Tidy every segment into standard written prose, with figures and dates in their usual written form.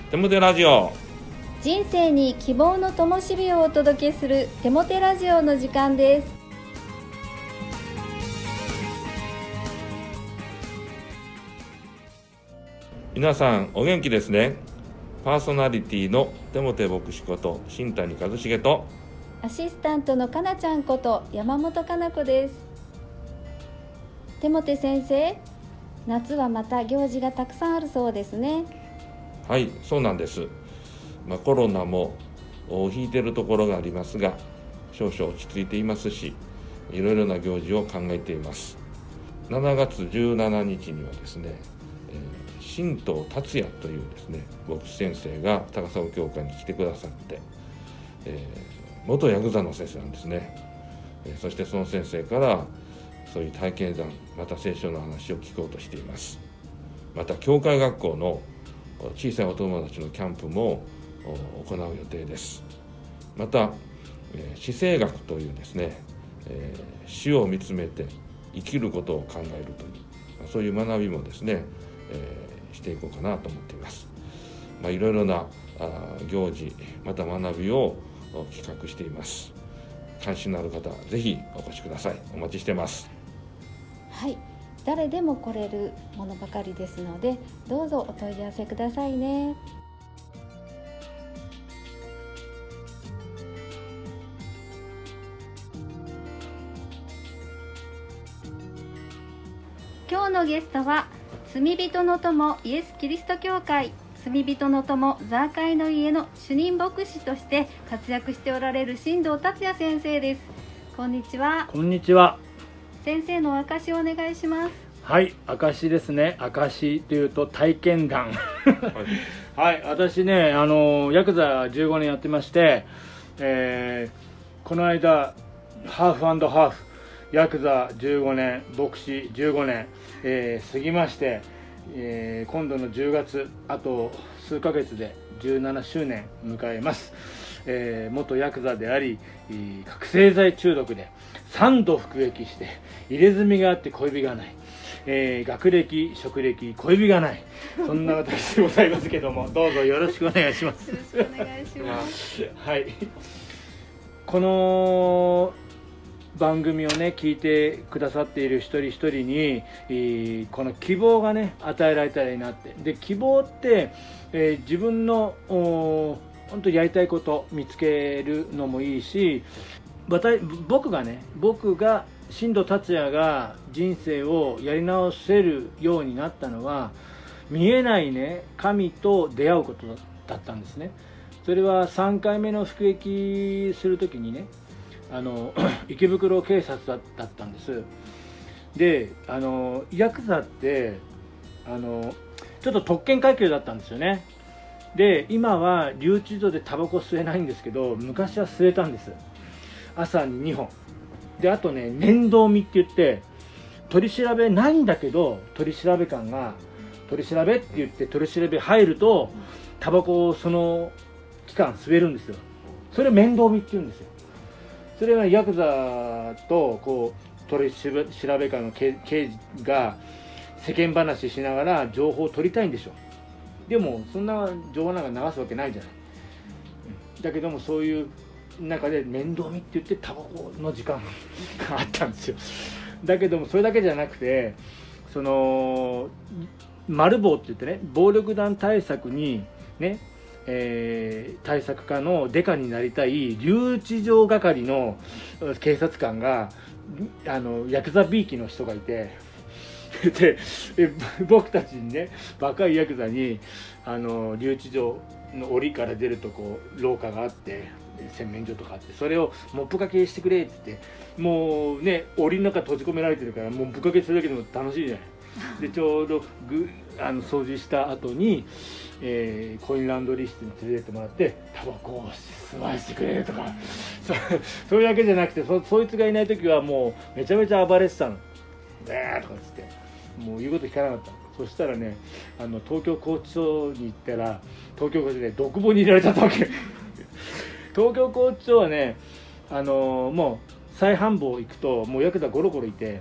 テモテラジオ、 人生に希望の灯火をお届けするテモテラジオの時間です。 皆さんお元気ですね。パーソナリティのテモテ牧師こと新谷和重とアシスタントのかなちゃんこと山本かな子です。テモテ先生、夏はまた行事がたくさんあるそうですね。 はい、そうなんです。コロナも引いているところがありますが、少々落ち着いていますし、いろいろな行事を考えています。7月17日にはですね、新藤達也というですね牧師先生が高砂教会に来てくださって、元ヤクザの先生なんですね。そしてその先生からそういう体験談、また聖書の話を聞こうとしています。また教会学校の小さいお友達のキャンプも行う予定です。また死生学というですね、死を見つめて生きることを考えるという、そういう学びもですね、していこうかなと思っています。いろいろな行事、また学びを企画しています。関心のある方はぜひお越しください。お待ちしています。 はい、誰でも来れるものばかりですので、どうぞお問い合わせくださいね。今日のゲストは罪人の友イエス・キリスト教会罪人の友ザーカイの家の主任牧師として活躍しておられる新藤達也先生です。こんにちは。 こんにちは。 先生の証をお願いします。 はい、証ですね。証というと体験談はい、私ね、ヤクザ15年やってまして、この間ハーフ&ハーフヤクザ15年牧師15年、過ぎまして、今度の10月あと数ヶ月で17周年迎えます。元ヤクザであり覚醒剤中毒で3度服役して入れ墨があって小指がない、学歴職歴小指がない、そんな私でございますけども、どうぞよろしくお願いします。 よろしくお願いしますはい、この番組をね聞いてくださっている一人一人にこの希望がね与えられたらいいなって。で、希望って、自分の本当やりたいこと見つけるのもいいし、僕が新藤達也が人生をやり直せるようになったのは、見えないね神と出会うことだったんですね。それは3回目の服役するときにね、池袋警察だったんです。で、ヤクザってちょっと特権階級だったんですよね。で、今は留置所でタバコ吸えないんですけど、昔は吸えたんです。朝に2本で、あとね面倒見って言って、取り調べないんだけど取り調べ官が取り調べって言って取り調べ入るとタバコをその期間吸えるんですよ。それ面倒見って言うんですよ。それはヤクザとこう取り調べ官の刑事が世間話しながら情報を取りたいんでしょ。でもそんな情報なんか流すわけないじゃない。だけどもそういう中で面倒見って言ってタバコの時間があったんですよ。だけどもそれだけじゃなくて、そのマルボウって言ってね、暴力団対策にね、対策課のデカになりたい留置場係の警察官がヤクザ B 期の人がいてで、僕たちにね、若いヤクザに留置場の檻から出るとこう廊下があって洗面所とかあって、それをモップかけしてくれって言って、もうね檻の中閉じ込められてるから、もうぶっかけするだけでも楽しいじゃない。で、ちょうど掃除した後に、コインランドリー室に連れてってもらって、タバコを吸わせてくれとかそれだけじゃなくて、そいつがいない時はもうめちゃめちゃ暴れてたの。とかっつってもう言うこと聞かなかった。そしたらね、東京拘置所に行ったら、東京拘置所で独房に入れられちゃったわけ東京拘置所はね、もう再犯坊行くともうヤクザゴロゴロいて、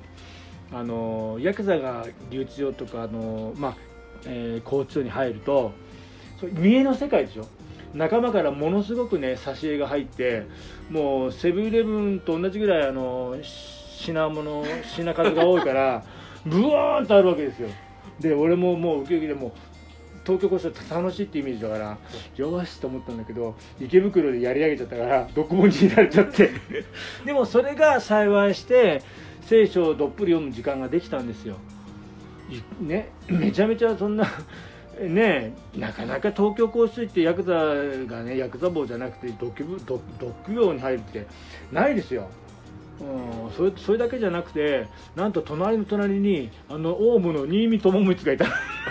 ヤクザが留置所とか拘置所に入ると、 見栄の世界でしょ。仲間からものすごくね挿絵が入って、もうセブンイレブンと同じぐらい品数が多いからブワーンとあるわけですよ。で俺ももうウキウキでもう東京こそ楽しいってイメージだからよしと思ったんだけど、池袋でやり上げちゃったからどこもに入れられちゃってでもそれが幸いして聖書をどっぷり読む時間ができたんですよ。ね、めちゃめちゃそんなね、なかなか東京拘置ってヤクザがね、ヤクザ坊じゃなくて毒病に入るってないですよ。それだけじゃなくて、なんと隣の隣にオウムの新見智光がいた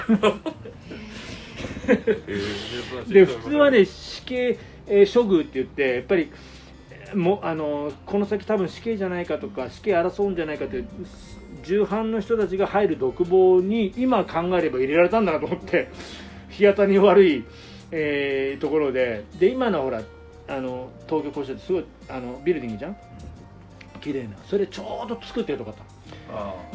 で普通はね死刑、処遇って言ってやっぱりもこの先多分死刑じゃないかとか死刑争うんじゃないかって重犯の人たちが入る独房に今考えれば入れられたんだなと思って日当たりの悪い、ところで今のほら東京拘置所ってすごいビルディングじゃん、綺麗な、それちょうど作ってるとこだった。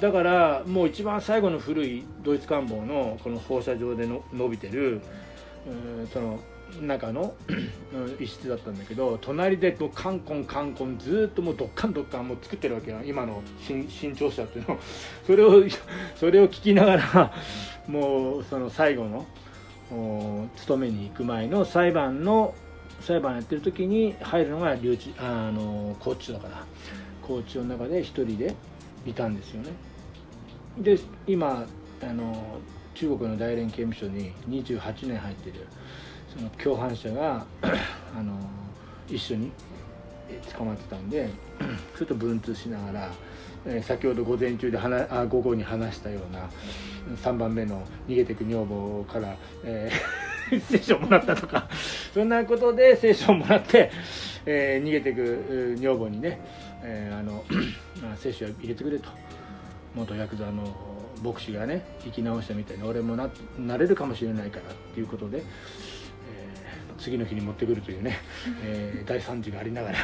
だからもう一番最後の古いドイツ艦房のこの放射状で伸びてるその中の一室だったんだけど、隣でもうカンコンずっともうドッカンもう作ってるわけよ、今の新庁舎っていうのそれを聞きながらもうその最後の勤めに行く前の裁判やってる時に入るのが拘置所だから、拘置所の中で一人でいたんですよね。で今中国の大連刑務所に28年入ってるその共犯者が一緒に捕まってたんでちょっと文通しながら、先ほど午前中で午後に話したような3番目の逃げてく女房から、聖書をもらったとかそんなことで聖書をもらって、逃げてく女房にね、聖書を入れてくれと、元ヤクザの牧師がね生き直したみたいに俺もなれるかもしれないからっていうことで、次の日に持ってくるというね、大惨事がありながら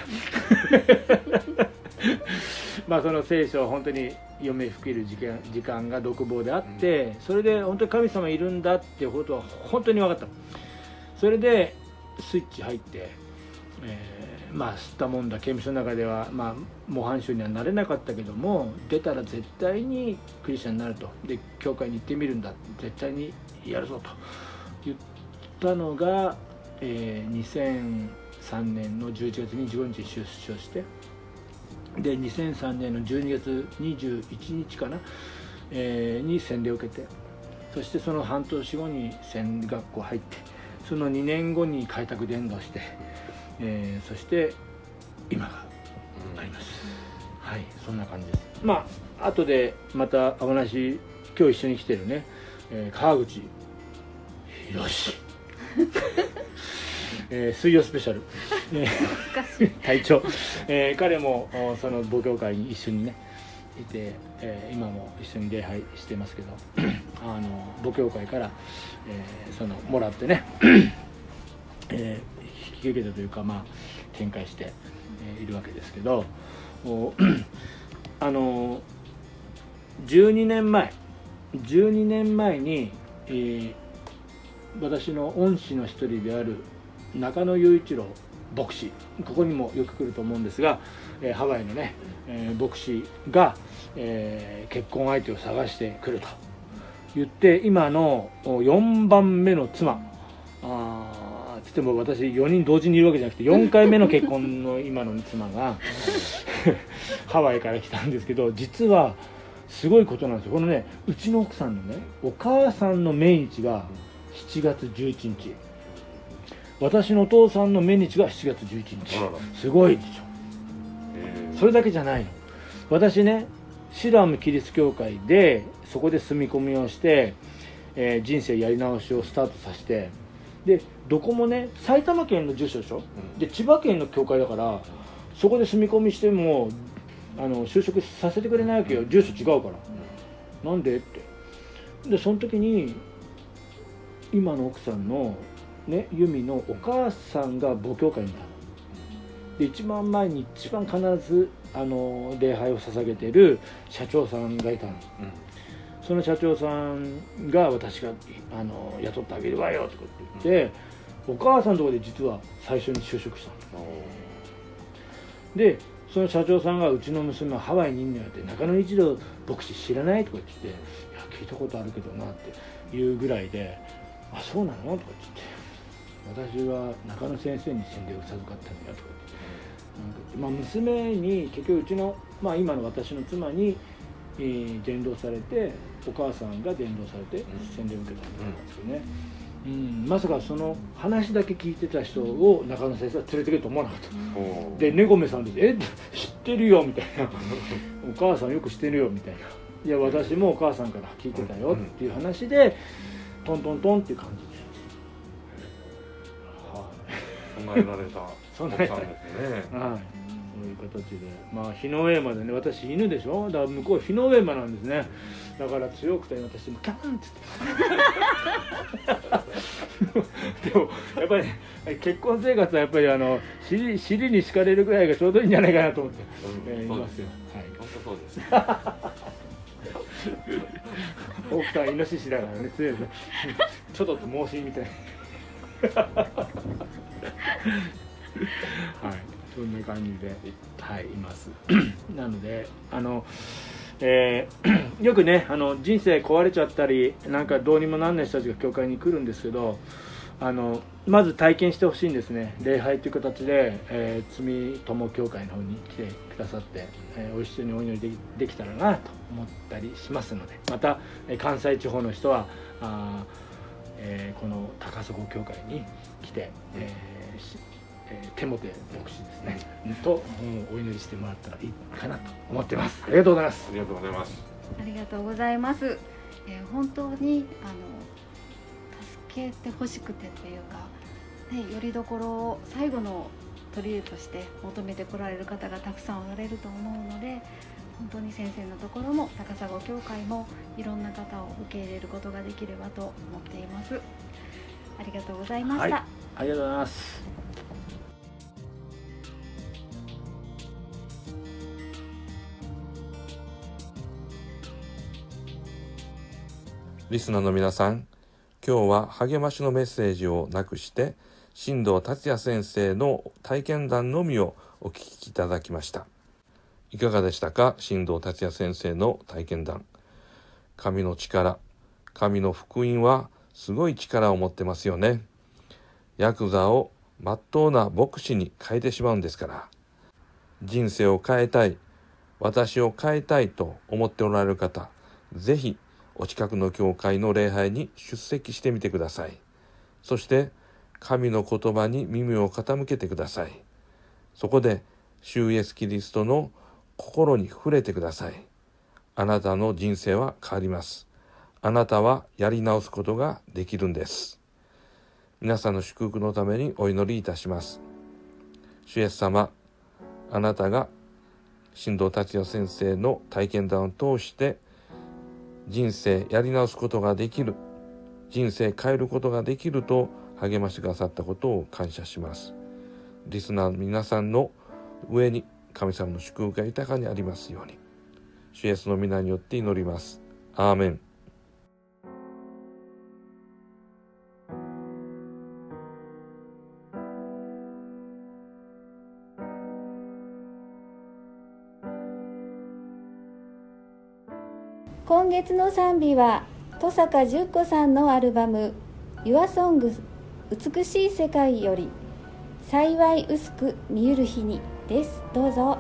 まあその聖書を本当に読めふける時間が独房であって、それで本当に神様いるんだっていうことは本当に分かった。それでスイッチ入って、まあ吸ったもんだ、刑務所の中ではまあ模範囚にはなれなかったけども、出たら絶対にクリスチャンになると、で教会に行ってみるんだ、絶対にやるぞと言ったのが、2003年の11月25日に出所して、で2003年の12月21日かな、に洗礼を受けて、そしてその半年後に洗礼学校入って、その2年後に開拓伝道して、そして今があります、はい、そんな感じです。まあ後でまたお話、今日一緒に来てるね、川口博水曜スペシャル、隊長、彼もその母教会に一緒にねいて、今も一緒に礼拝してますけど母教会から、そのもらってね、引き受けたというか、まあ展開して、いるわけですけど、12年前に、私の恩師の一人である中野雄一郎牧師、ここにもよく来ると思うんですが、ハワイのね、牧師が、結婚相手を探してくると言って、今の4番目の妻、つっても私4人同時にいるわけじゃなくて4回目の結婚の今の妻がハワイから来たんですけど、実はすごいことなんですよ。このね、うちの奥さんのねお母さんの命日が7月11日、私のお父さんの命日が7月11日。すごいでしょ。それだけじゃないの。私ね、シラムキリスト教会でそこで住み込みをして、人生やり直しをスタートさせて、でどこもね埼玉県の住所でしょ、で千葉県の教会だから、そこで住み込みしても就職させてくれないわけよ、住所違うから。なんでって。でその時に今の奥さんのね、由美のお母さんが母教会にいたので、一番前に一番必ず礼拝を捧げてる社長さんがいたの、 その社長さんが私が雇ってあげるわよとかって言って、お母さんのところで実は最初に就職したの。でその社長さんがうちの娘はハワイにいるのよって中野一郎牧師知らないとか言って、いや聞いたことあるけどなっていうぐらいで、あそうなのとか言って、私は中野先生に洗礼を授かったんだよとか言って、娘に結局うちの、今の私の妻に伝道されて、お母さんが伝道されて洗礼を受けたんですよね。まさかその話だけ聞いてた人を中野先生は連れてくると思わなかった。で猫目さんで知ってるよみたいなお母さんよく知ってるよみたいな、いや私もお母さんから聞いてたよっていう話で、トントントンっていう感じで備えられた奥さんですね。 はい、そういう形で、日の上までね、私犬でしょ、だから向こう日の上間なんですね。だから強くて私もキャーンって言ってでもやっぱり、ね、結婚生活はやっぱり尻に敷かれるぐらいがちょうどいいんじゃないかなと思って、いますよ。はい、 本当そうです。 奥さんイノシシだからね、強いですね。ちょっと盲信みたいな。はい、そんな感じで、はい、います。なのでよくね人生壊れちゃったりなんかどうにもなんない人たちが教会に来るんですけど、まず体験してほしいんですね。礼拝という形で、罪友教会の方に来てくださって、お一緒にお祈り できたらなと思ったりしますので、また関西地方の人はこの高砂教会に来て、手もて牧師ですねとお祈りしてもらったらいいかなと思ってます。ありがとうございます。 ありがとうございます。 ありがとうございます。本当に助けてほしくてというか、よりどころを最後の取り柄として求めてこられる方がたくさんおられると思うので、本当に先生のところも高砂教会もいろんな方を受け入れることができればと思っています。ありがとうございました。 はい、ありがとうございます。 リスナーの皆さん、今日は励ましのメッセージをなくして新藤達也先生の体験談のみをお聞きいただきました。いかがでしたか？新藤達也先生の体験談。神の力、神の福音はすごい力を持ってますよね。ヤクザをまっとうな牧師に変えてしまうんですから。人生を変えたい、私を変えたいと思っておられる方、ぜひお近くの教会の礼拝に出席してみてください。そして神の言葉に耳を傾けてください。そこで主イエスキリストの心に触れてください。あなたの人生は変わります。あなたはやり直すことができるんです。皆さんの祝福のためにお祈りいたします。主イエス様、あなたが新藤達也先生の体験談を通して人生やり直すことができる、人生変えることができると励ましてくださったことを感謝します。リスナーの皆さんの上に神様の祝福が豊かにありますように、主イエスの皆によって祈ります。アーメン。 今月の賛美は登坂淳子さんのアルバム「YourSong 美しい世界」より「幸い薄く見ゆる日に」です。どうぞ。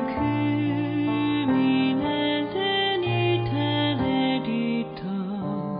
と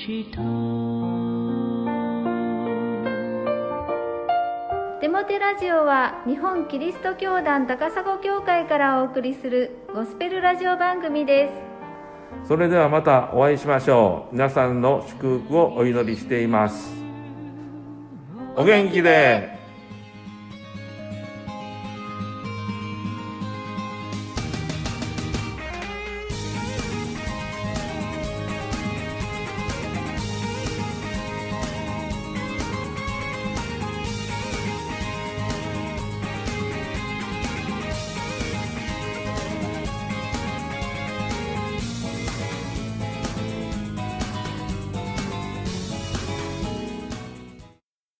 デモテラジオは日本キリスト教団高砂教会からお送りするゴスペルラジオ番組です。 それではまたお会いしましょう。皆さんの祝福をお祈りしています。お元気で。